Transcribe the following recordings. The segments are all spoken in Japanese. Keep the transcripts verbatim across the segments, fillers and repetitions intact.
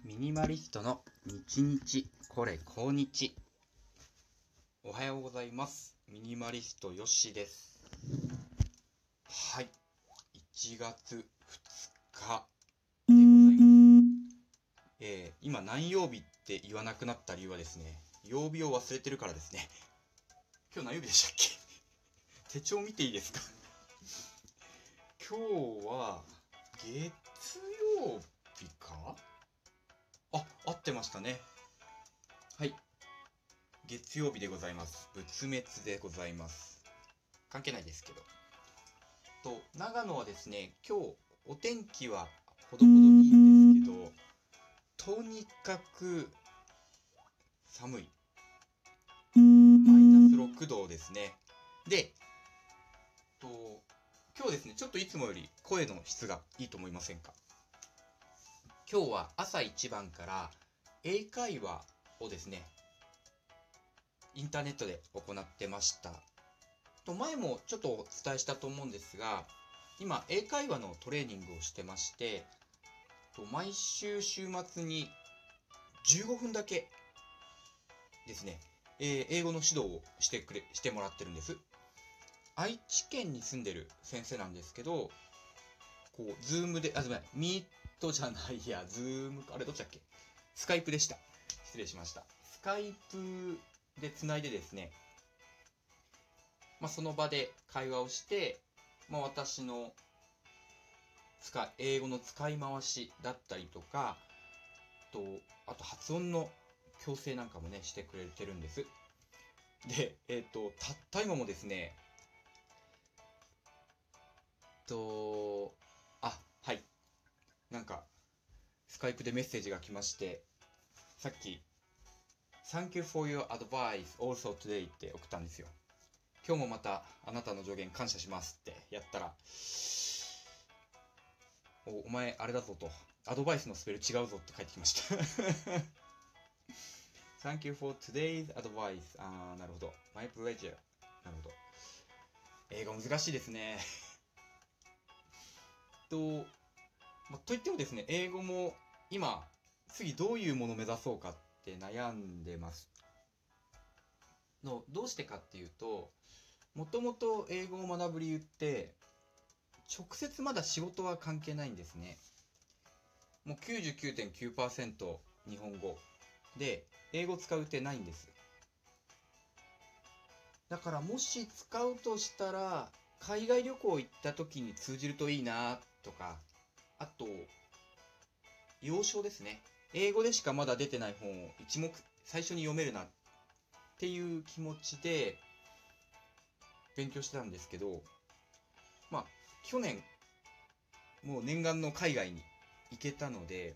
ミニマリストの日日これ今日。おはようございます。ミニマリストよしです。はい、いちがつふつかでございます。えー、今何曜日って言わなくなった理由はですね、曜日を忘れてるからですね。今日何曜日でしたっけ？手帳見ていいですか？今日は月曜日か？あ、合ってましたね。はい、月曜日でございます。仏滅でございます。関係ないですけど。と、長野はですね、今日お天気はほどほどいいんですけど、とにかく寒い。マイナスろくどですね。で、と今日ですね、ちょっといつもより声の質がいいと思いませんか？今日は朝一番から英会話をですね、インターネットで行ってました。と前もちょっとお伝えしたと思うんですが、今英会話のトレーニングをしてまして、と毎週週末にじゅうごふんだけですね、えー英語の指導をしてくれしてもらってるんです。愛知県に住んでる先生なんですけど、こうズームで、あ、すみません、ミートじゃないや、ズーム、あれどっちだっけ？スカイプでした。失礼しました。スカイプでつないでですね、まあ、その場で会話をして、まあ、私の使い英語の使い回しだったりとか、とあと発音の矯正なんかもねしてくれてるんです。で、えっ、とたった今もですね、とあはいなんかスカイプでメッセージが来まして、さっき Thank you for your advice also today って送ったんですよ。今日もまたあなたの助言感謝しますってやったら、お, お前あれだぞと、アドバイスのスペル違うぞって返ってきました。Thank you for today's advice. あー、なるほど。My pleasure. なるほど。英語難しいですね。と、ま、といってもですね、英語も今、次どういうものを目指そうかって悩んでます。のどうしてかっていうと、もともと英語を学ぶ理由って、直接まだ仕事は関係ないんですね。もう きゅうじゅうきゅうてんきゅうパーセント 日本語で、英語使うってないんです。だからもし使うとしたら、海外旅行行った時に通じるといいなとか、あと要所ですね、英語でしかまだ出てない本を一目最初に読めるなっていう気持ちで勉強してたんですけど、まあ去年もう念願の海外に行けたので、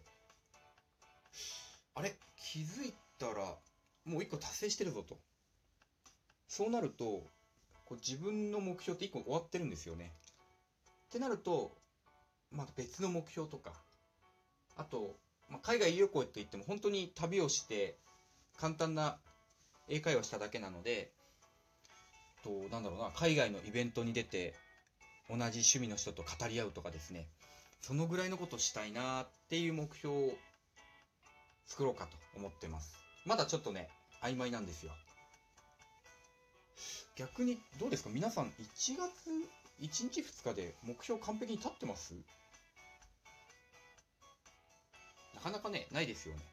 あれ気づいたらもう一個達成してるぞと。そうなるとこう自分の目標って一個終わってるんですよね。ってなると、まあ、別の目標とか、あと、まあ、海外旅行って言っても本当に旅をして簡単な英会話しただけなので、となんだろうな、海外のイベントに出て同じ趣味の人と語り合うとかですね、そのぐらいのことしたいなっていう目標を作ろうかと思ってます。まだちょっとね曖昧なんですよ。逆にどうですか皆さん、いちがついちにちふつかで目標完璧に立ってます？なかなかねないですよね。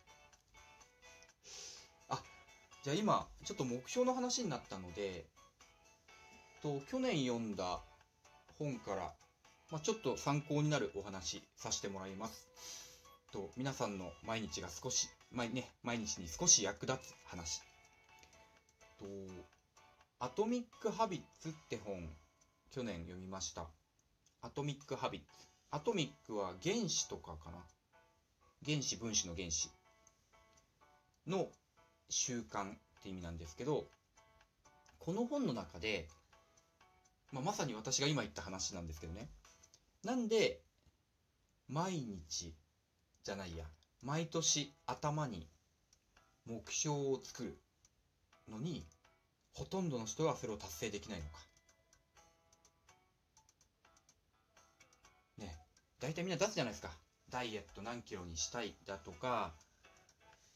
あ、じゃあ今ちょっと目標の話になったので、と去年読んだ本から、まあ、ちょっと参考になるお話させてもらいます。と皆さんの毎日が少し毎,、ね、毎日に少し役立つ話と、アトミック・ハビッツって本、去年読みました。アトミック・ハビッツ。アトミックは原子とかかな、原子分子の原子の習慣って意味なんですけど、この本の中で、まあ、まさに私が今言った話なんですけどね、なんで毎日じゃないや毎年頭に目標を作るのにほとんどの人はそれを達成できないのかね。大体みんな出すじゃないですか。ダイエット何キロにしたいだとか、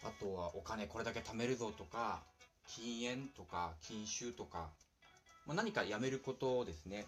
あとはお金これだけ貯めるぞとか、禁煙とか禁酒とか、まあ、何かやめることですね。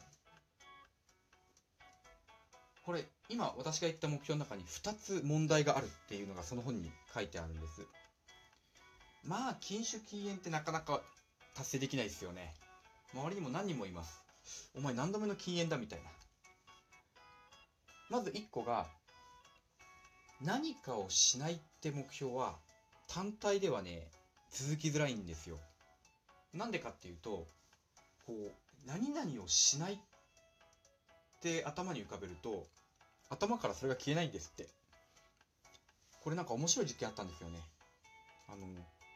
これ今私が言った目標の中にふたつ問題があるっていうのがその本に書いてあるんです。まあ禁酒禁煙ってなかなか達成できないですよね。周りにも何人もいます。お前何度目の禁煙だみたいな。まずいっこが、何かをしないって目標は単体ではね続きづらいんですよ。なんでかっていうと、こう何々をしないって頭に浮かべると頭からそれが消えないんですって。これなんか面白い実験あったんですよね。あの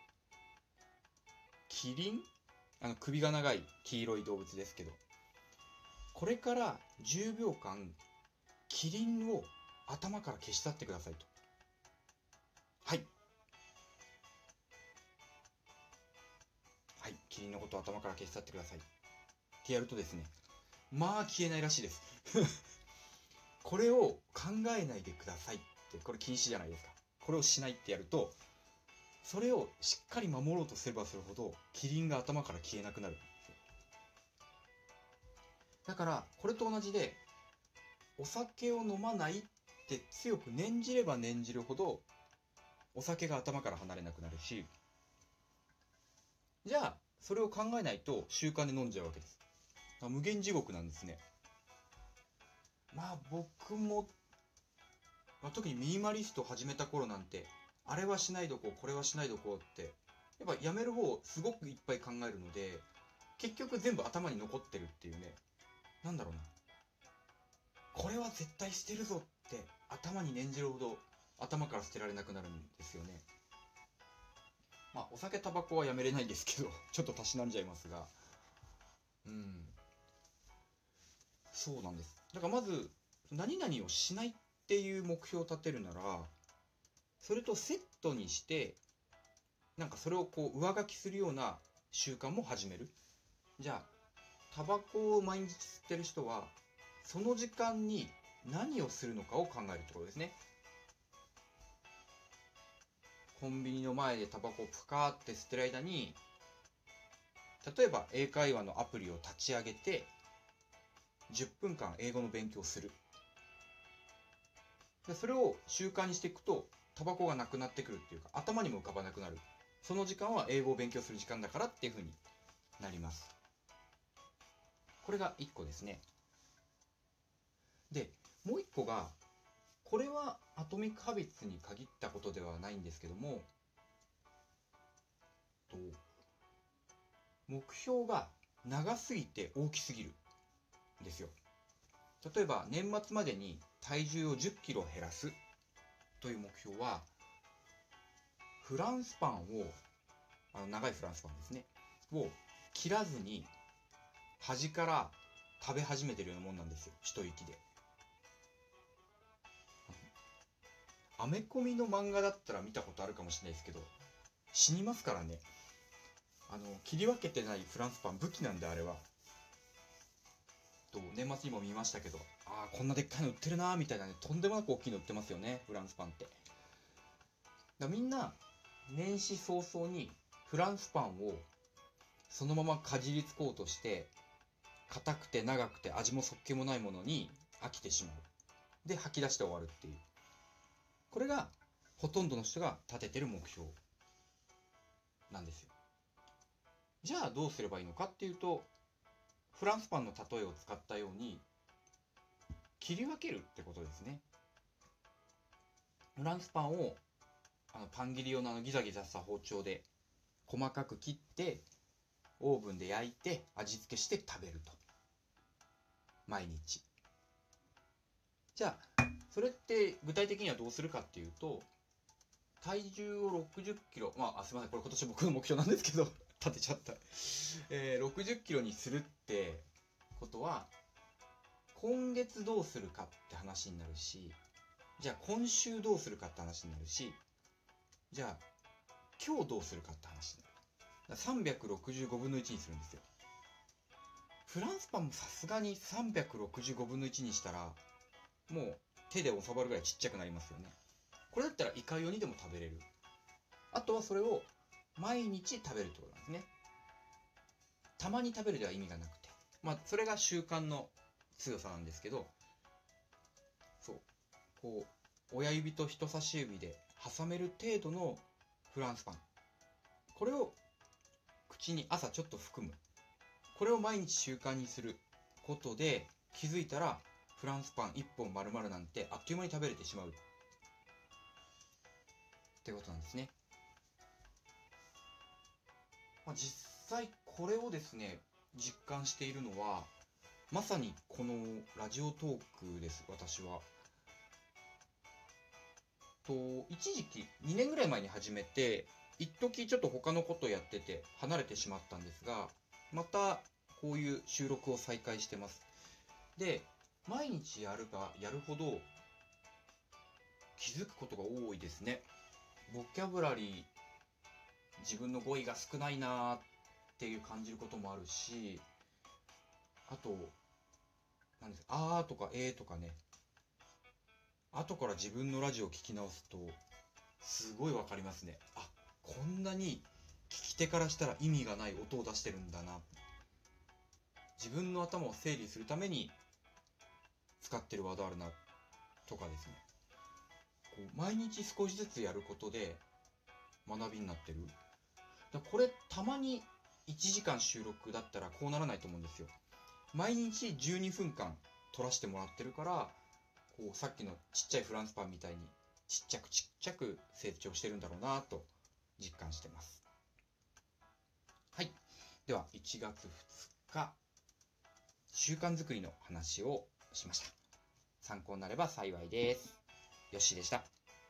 キリン、あの首が長い黄色い動物ですけど、これからじゅうびょうかんキリンを頭から消し去ってくださいと。はいはいキリンのことを頭から消し去ってくださいってやるとですね、まあ消えないらしいですこれを考えないでくださいって、これ禁止じゃないですか。これをしないってやると、それをしっかり守ろうとすればするほどキリンが頭から消えなくなるんですよ。だからこれと同じで、お酒を飲まないって強く念じれば念じるほどお酒が頭から離れなくなるし、じゃあそれを考えないと習慣で飲んじゃうわけです。無限地獄なんですね。まあ僕も、まあ、特にミニマリストを始めた頃なんて、あれはしないどこうこれはしないどこうってやっぱやめる方をすごくいっぱい考えるので、結局全部頭に残ってるっていうね。なんだろうな、これは絶対捨てるぞって頭に念じるほど頭から捨てられなくなるんですよね。まあお酒タバコはやめれないですけどちょっとたしなんじゃいますが、うんそうなんです。だからまず何々をしないっていう目標を立てるなら、それとセットにしてなんかそれをこう上書きするような習慣も始める。じゃあタバコを毎日吸ってる人はその時間に何をするのかを考えるってことですね。コンビニの前でタバコをプカーって吸ってる間に、例えば英会話のアプリを立ち上げてじゅっぷんかん英語の勉強をする。でそれを習慣にしていくとタバコがなくなってくるっていうか、頭にも浮かばなくなる。その時間は英語を勉強する時間だからっていう風になります。これがいっこですね。でもういっこが、これはアトミック・ハビッツに限ったことではないんですけども、と目標が長すぎて大きすぎるんですよ。例えば年末までに体重をじゅっキロ減らすという目標は、フランスパンを、あの長いフランスパンですねを切らずに端から食べ始めてるようなもんなんですよ、一息で。アメコミの漫画だったら見たことあるかもしれないですけど、死にますからね。あの切り分けてないフランスパン武器なんで、あれは。と年末にも見ましたけど、ああこんなでっかいの売ってるなーみたいなね、とんでもなく大きいの売ってますよね、フランスパンって。だみんな年始早々にフランスパンをそのままかじりつこうとして、硬くて長くて味もそっけもないものに飽きてしまう。で吐き出して終わるっていう、これがほとんどの人が立ててる目標なんですよ。じゃあどうすればいいのかっていうと、フランスパンの例えを使ったように切り分けるってことですね。フランスパンをあのパン切り用のあのギザギザした包丁で細かく切ってオーブンで焼いて味付けして食べると、毎日。じゃあそれって具体的にはどうするかっていうと、体重をろくじゅっキロ、まあすみません、これ今年僕の目標なんですけど立てちゃった、えー、ろくじゅっキロにするってことは、今月どうするかって話になるし、じゃあ今週どうするかって話になるし、じゃあ今日どうするかって話になる。ださんびゃくろくじゅうごぶんのいちにするんですよ。フランスパンもさすがにさんびゃくろくじゅうごぶんのいちにしたらもう手で収まるぐらいちっちゃくなりますよね。これだったらいかようにでも食べれる。 あとはそれを毎日食べるってことなんですね。たまに食べるでは意味がなくて、まあそれが習慣の強さなんですけど、そうこう親指と人差し指で挟める程度のフランスパン、これを口に朝ちょっと含む、これを毎日習慣にすることで、気づいたらフランスパンいっぽん丸々なんてあっという間に食べれてしまうってことなんですね。まあ、実際これをですね実感しているのはまさにこのラジオトークです。私はと一時期にねんぐらい前に始めて、一時ちょっと他のことをやってて離れてしまったんですが、またこういう収録を再開してます。で、毎日やるばやるほど気づくことが多いですね。ボキャブラリー、自分の語彙が少ないなーっていう感じることもあるし、あとなんですあーとかえーとかね、後から自分のラジオを聞き直すとすごいわかりますね。あ、こんなに聞き手からしたら意味がない音を出してるんだな、自分の頭を整理するために使ってるワードあるなとかですね、こう毎日少しずつやることで学びになってる。だこれたまにいちじかん収録だったらこうならないと思うんですよ。毎日じゅうにふんかん撮らせてもらってるから、こうさっきのちっちゃいフランスパンみたいにちっちゃくちっちゃく成長してるんだろうなと実感してます。はい、ではいちがつふつか習慣づくりの話をしました。参考になれば幸いです。よっしーでした。